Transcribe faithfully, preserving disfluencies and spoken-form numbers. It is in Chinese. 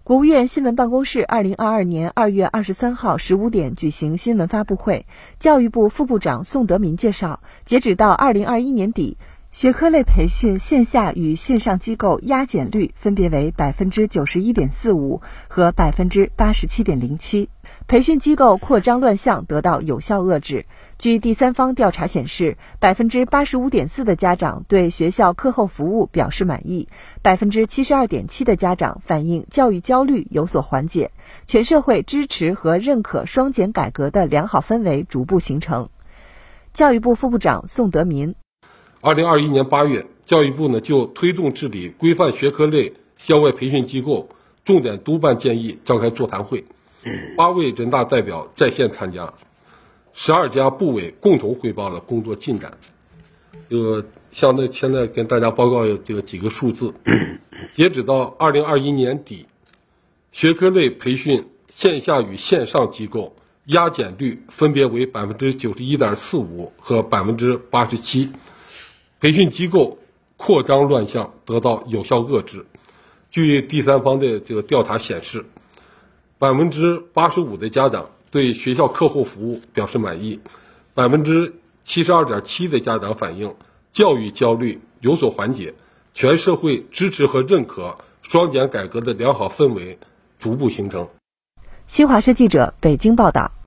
国务院新闻办公室二零二二年二月二十三号十五点举行新闻发布会，教育部副部长宋德民介绍，截止到二零二一年底，学科类培训线下与线上机构压减率分别为百分之九十一点四五和百分之八十七点零七，培训机构扩张乱象得到有效遏制。据第三方调查显示，百分之八十五点四的家长对学校课后服务表示满意，百分之七十二点七的家长反映教育焦虑有所缓解，全社会支持和认可双减改革的良好氛围逐步形成。教育部副部长宋德民。 二零二一年八月，教育部呢就推动治理规范学科类校外培训机构重点督办建议召开座谈会，八位人大代表在线参加，十二家部委共同汇报了工作进展。这个像那现在跟大家报告这个几个数字，截止到二零二一年底，学科类培训线下与线上机构压减率分别为百分之九十一点四五和百分之八十七。培训机构扩张乱象得到有效遏制。据第三方的这个调查显示，百分之八十五的家长对学校课后服务表示满意，百分之七十二点七的家长反映教育焦虑有所缓解，全社会支持和认可双减改革的良好氛围逐步形成。 新华社记者北京报道。